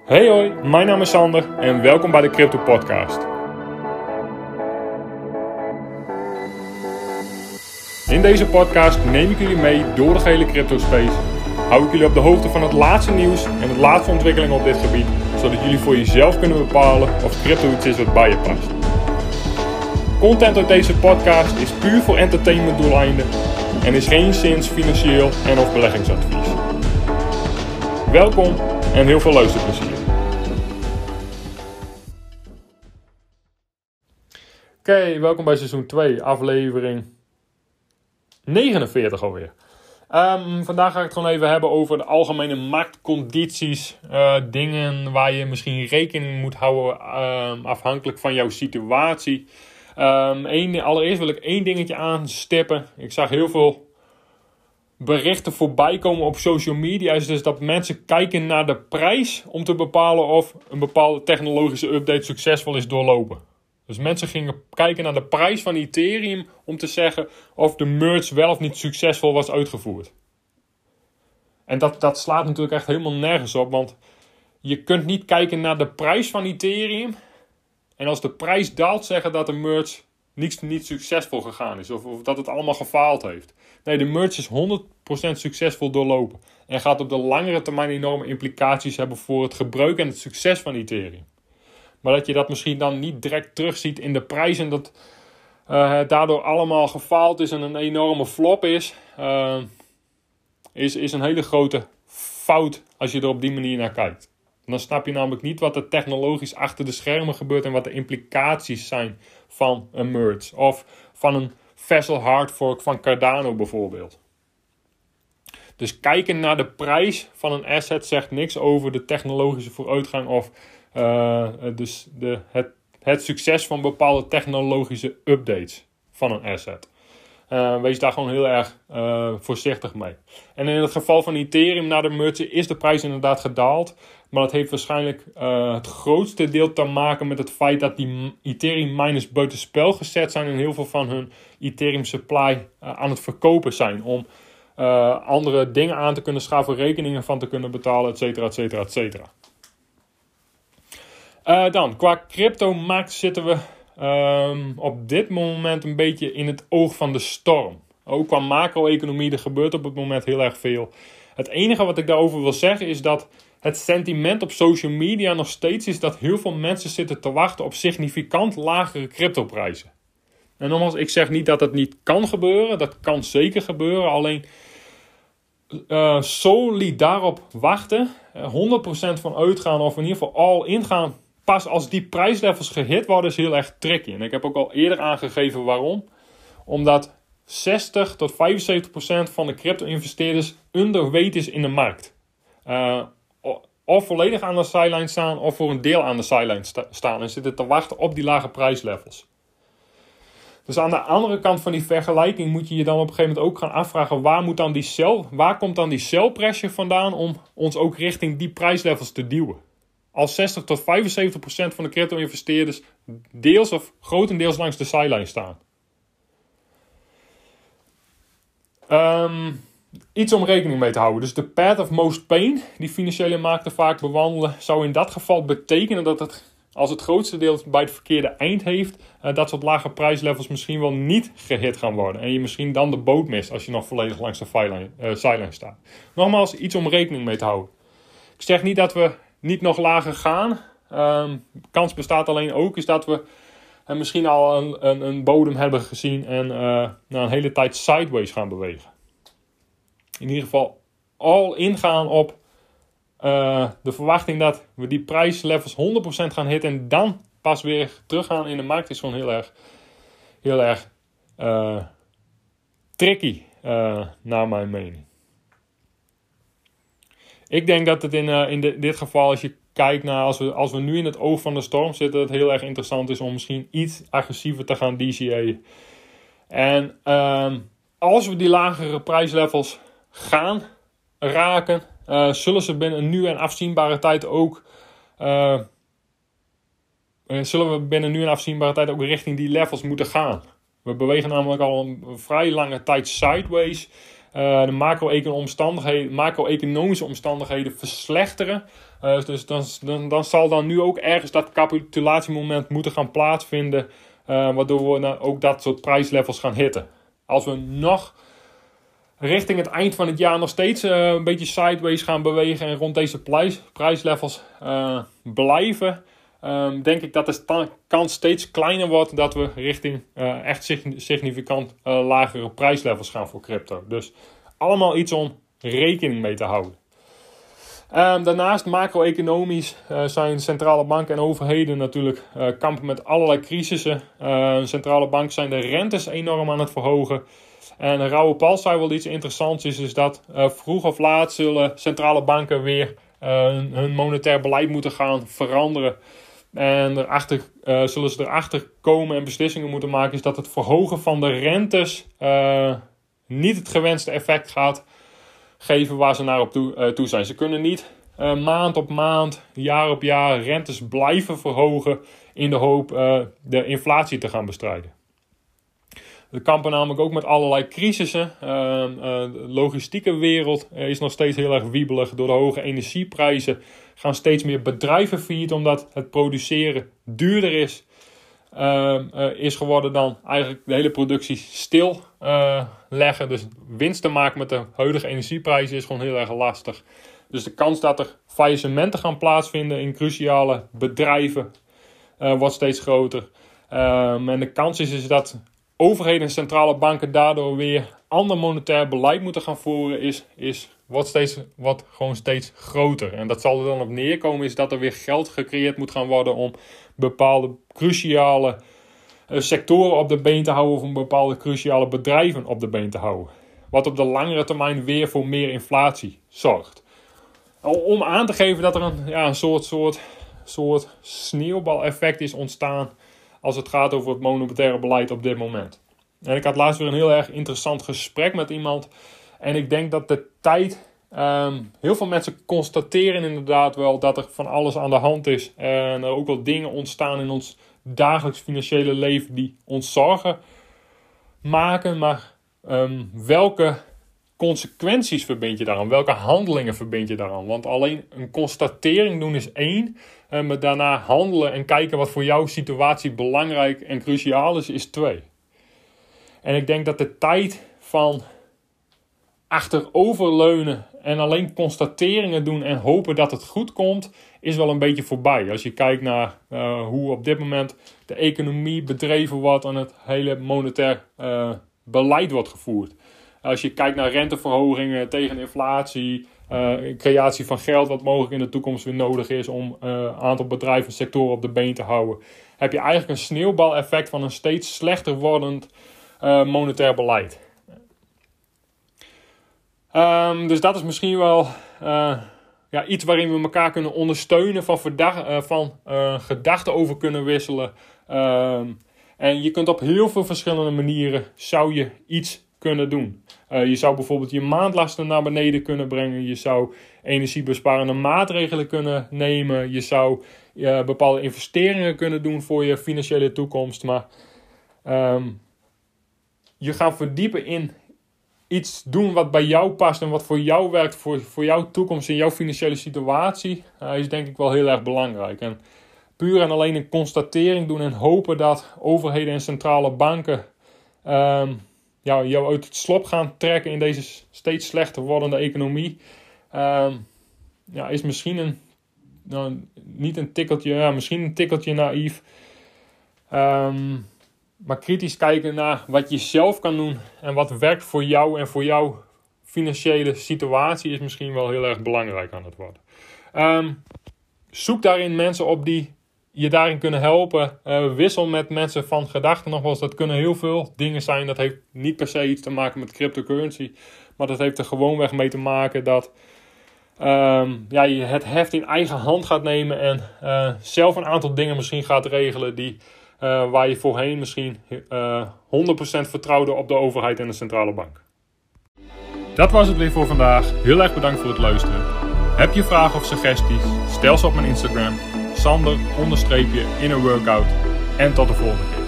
Hey hoi, mijn naam is Sander en welkom bij de Crypto Podcast. In deze podcast neem ik jullie mee door de gehele crypto space. Hou ik jullie op de hoogte van het laatste nieuws en de laatste ontwikkelingen op dit gebied, zodat jullie voor jezelf kunnen bepalen of crypto iets is wat bij je past. Content uit deze podcast is puur voor entertainment doeleinden en is geen sinds financieel en of beleggingsadvies. Welkom en heel veel luisterplezier. Oké, welkom bij seizoen 2, aflevering 49 alweer. Vandaag ga ik het gewoon even hebben over de algemene marktcondities. Dingen waar je misschien rekening moet houden afhankelijk van jouw situatie. Allereerst wil ik één dingetje aanstippen. Ik zag heel veel berichten voorbij komen op social media. Is dus dat mensen kijken naar de prijs om te bepalen of een bepaalde technologische update succesvol is doorlopen. Dus mensen gingen kijken naar de prijs van Ethereum om te zeggen of de merge wel of niet succesvol was uitgevoerd. En dat slaat natuurlijk echt helemaal nergens op, want je kunt niet kijken naar de prijs van Ethereum en als de prijs daalt zeggen dat de merge niet succesvol gegaan is of dat het allemaal gefaald heeft. Nee, de merge is 100% succesvol doorlopen en gaat op de langere termijn enorme implicaties hebben voor het gebruik en het succes van Ethereum. Maar dat je dat misschien dan niet direct terugziet in de prijs en dat het daardoor allemaal gefaald is en een enorme flop is een hele grote fout als je er op die manier naar kijkt. Dan snap je namelijk niet wat er technologisch achter de schermen gebeurt en wat de implicaties zijn van een merge of van een Vessel hard fork van Cardano bijvoorbeeld. Dus kijken naar de prijs van een asset zegt niks over de technologische vooruitgang of het succes van bepaalde technologische updates van een asset. Wees daar gewoon heel erg voorzichtig mee. En in het geval van Ethereum na de merge is de prijs inderdaad gedaald. Maar dat heeft waarschijnlijk het grootste deel te maken met het feit dat die Ethereum miners buitenspel gezet zijn en heel veel van hun Ethereum supply aan het verkopen zijn. Om andere dingen aan te kunnen schaffen, rekeningen van te kunnen betalen, et cetera, et cetera, et cetera. Dan, qua cryptomarkt zitten we op dit moment een beetje in het oog van de storm. Ook qua macro-economie, er gebeurt op het moment heel erg veel. Het enige wat ik daarover wil zeggen is dat het sentiment op social media nog steeds is dat heel veel mensen zitten te wachten op significant lagere cryptoprijzen. En nogmaals, ik zeg niet dat het niet kan gebeuren, dat kan zeker gebeuren, alleen solid daarop wachten, 100% van uitgaan of in ieder geval all in gaan, pas als die prijslevels gehit worden is heel erg tricky. En ik heb ook al eerder aangegeven waarom. Omdat 60 tot 75% van de crypto-investeerders underweight is in de markt. Of volledig aan de sideline staan of voor een deel aan de sideline staan. En zitten te wachten op die lage prijslevels. Dus aan de andere kant van die vergelijking moet je je dan op een gegeven moment ook gaan afvragen waar komt dan die sell pressure vandaan om ons ook richting die prijslevels te duwen. Als 60 tot 75% van de crypto-investeerders deels of grotendeels langs de sideline staan. Iets om rekening mee te houden. Dus de path of most pain, die financiële markten vaak bewandelen, zou in dat geval betekenen dat het, als het grootste deel bij het verkeerde eind heeft, dat soort lage prijslevels misschien wel niet gehit gaan worden. En je misschien dan de boot mist als je nog volledig langs de sideline staat. Nogmaals, iets om rekening mee te houden. Ik zeg niet dat we niet nog lager gaan. Kans bestaat alleen ook is dat we misschien al een bodem hebben gezien en na een hele tijd sideways gaan bewegen. In ieder geval all ingaan op de verwachting dat we die prijslevels 100% gaan hitten en dan pas weer teruggaan in de markt is gewoon heel erg tricky naar mijn mening. Ik denk dat het in dit geval, als je kijkt naar als we nu in het oog van de storm zitten, het heel erg interessant is om misschien iets agressiever te gaan DCA'en. En als we die lagere prijslevels gaan raken, zullen we binnen een nu en afzienbare tijd ook richting die levels moeten gaan. We bewegen namelijk al een vrij lange tijd sideways. de macro-economische omstandigheden verslechteren. Dus dan zal dan nu ook ergens dat capitulatiemoment moeten gaan plaatsvinden. Waardoor we dan ook dat soort prijslevels gaan hitten. Als we nog richting het eind van het jaar nog steeds een beetje sideways gaan bewegen en rond deze prijslevels blijven, denk ik dat de kans steeds kleiner wordt dat we richting echt significant lagere prijslevels gaan voor crypto. Dus allemaal iets om rekening mee te houden. Daarnaast macro-economisch zijn centrale banken en overheden natuurlijk kampen met allerlei crisissen. Centrale banken zijn de rentes enorm aan het verhogen. En Raoul Pal zei wel iets interessants is dat vroeg of laat zullen centrale banken weer hun monetair beleid moeten gaan veranderen. En zullen ze erachter komen en beslissingen moeten maken is dat het verhogen van de rentes niet het gewenste effect gaat geven waar ze naar op toe zijn. Ze kunnen niet maand op maand, jaar op jaar rentes blijven verhogen in de hoop de inflatie te gaan bestrijden. We kampen namelijk ook met allerlei crisissen. De logistieke wereld is nog steeds heel erg wiebelig. Door de hoge energieprijzen gaan steeds meer bedrijven failliet omdat het produceren duurder is geworden dan eigenlijk de hele productie stil leggen. Dus winst te maken met de huidige energieprijzen is gewoon heel erg lastig. Dus de kans dat er faillissementen gaan plaatsvinden in cruciale bedrijven wordt steeds groter. En de kans is dat overheden en centrale banken daardoor weer ander monetair beleid moeten gaan voeren, wordt gewoon steeds groter. En dat zal er dan op neerkomen is dat er weer geld gecreëerd moet gaan worden om bepaalde cruciale sectoren op de been te houden of om bepaalde cruciale bedrijven op de been te houden. Wat op de langere termijn weer voor meer inflatie zorgt. Om aan te geven dat er een soort sneeuwbaleffect is ontstaan als het gaat over het monetaire beleid op dit moment. En ik had laatst weer een heel erg interessant gesprek met iemand. En ik denk dat de tijd... heel veel mensen constateren inderdaad wel dat er van alles aan de hand is. En er ook wel dingen ontstaan in ons dagelijks financiële leven die ons zorgen maken. Maar welke consequenties verbind je daaraan? Welke handelingen verbind je daaraan? Want alleen een constatering doen is één. Maar daarna handelen en kijken wat voor jouw situatie belangrijk en cruciaal is twee. En ik denk dat de tijd van achteroverleunen en alleen constateringen doen en hopen dat het goed komt, is wel een beetje voorbij. Als je kijkt naar hoe op dit moment de economie bedreven wordt en het hele monetair beleid wordt gevoerd. Als je kijkt naar renteverhogingen tegen inflatie, creatie van geld wat mogelijk in de toekomst weer nodig is om een aantal bedrijven en sectoren op de been te houden, heb je eigenlijk een sneeuwbaleffect van een steeds slechter wordend monetair beleid. Dus dat is misschien wel iets waarin we elkaar kunnen ondersteunen, van gedachten over kunnen wisselen. En je kunt op heel veel verschillende manieren zou je iets kunnen doen. Je zou bijvoorbeeld je maandlasten naar beneden kunnen brengen. Je zou energiebesparende maatregelen kunnen nemen. Je zou bepaalde investeringen kunnen doen voor je financiële toekomst. Maar je gaat verdiepen in iets doen wat bij jou past en wat voor jou werkt, voor jouw toekomst en jouw financiële situatie, is denk ik wel heel erg belangrijk. En puur en alleen een constatering doen en hopen dat overheden en centrale banken jou uit het slop gaan trekken in deze steeds slechter wordende economie, is misschien misschien een tikkeltje naïef. Maar kritisch kijken naar wat je zelf kan doen en wat werkt voor jou en voor jouw financiële situatie is misschien wel heel erg belangrijk aan het worden. Zoek daarin mensen op die je daarin kunnen helpen. Wissel met mensen van gedachten nogmaals. Dat kunnen heel veel dingen zijn. Dat heeft niet per se iets te maken met cryptocurrency. Maar dat heeft er gewoonweg mee te maken dat je het heft in eigen hand gaat nemen en zelf een aantal dingen misschien gaat regelen waar je voorheen misschien 100% vertrouwde op de overheid en de centrale bank. Dat was het weer voor vandaag. Heel erg bedankt voor het luisteren. Heb je vragen of suggesties? Stel ze op mijn Instagram. Sander_innerworkout. En tot de volgende keer.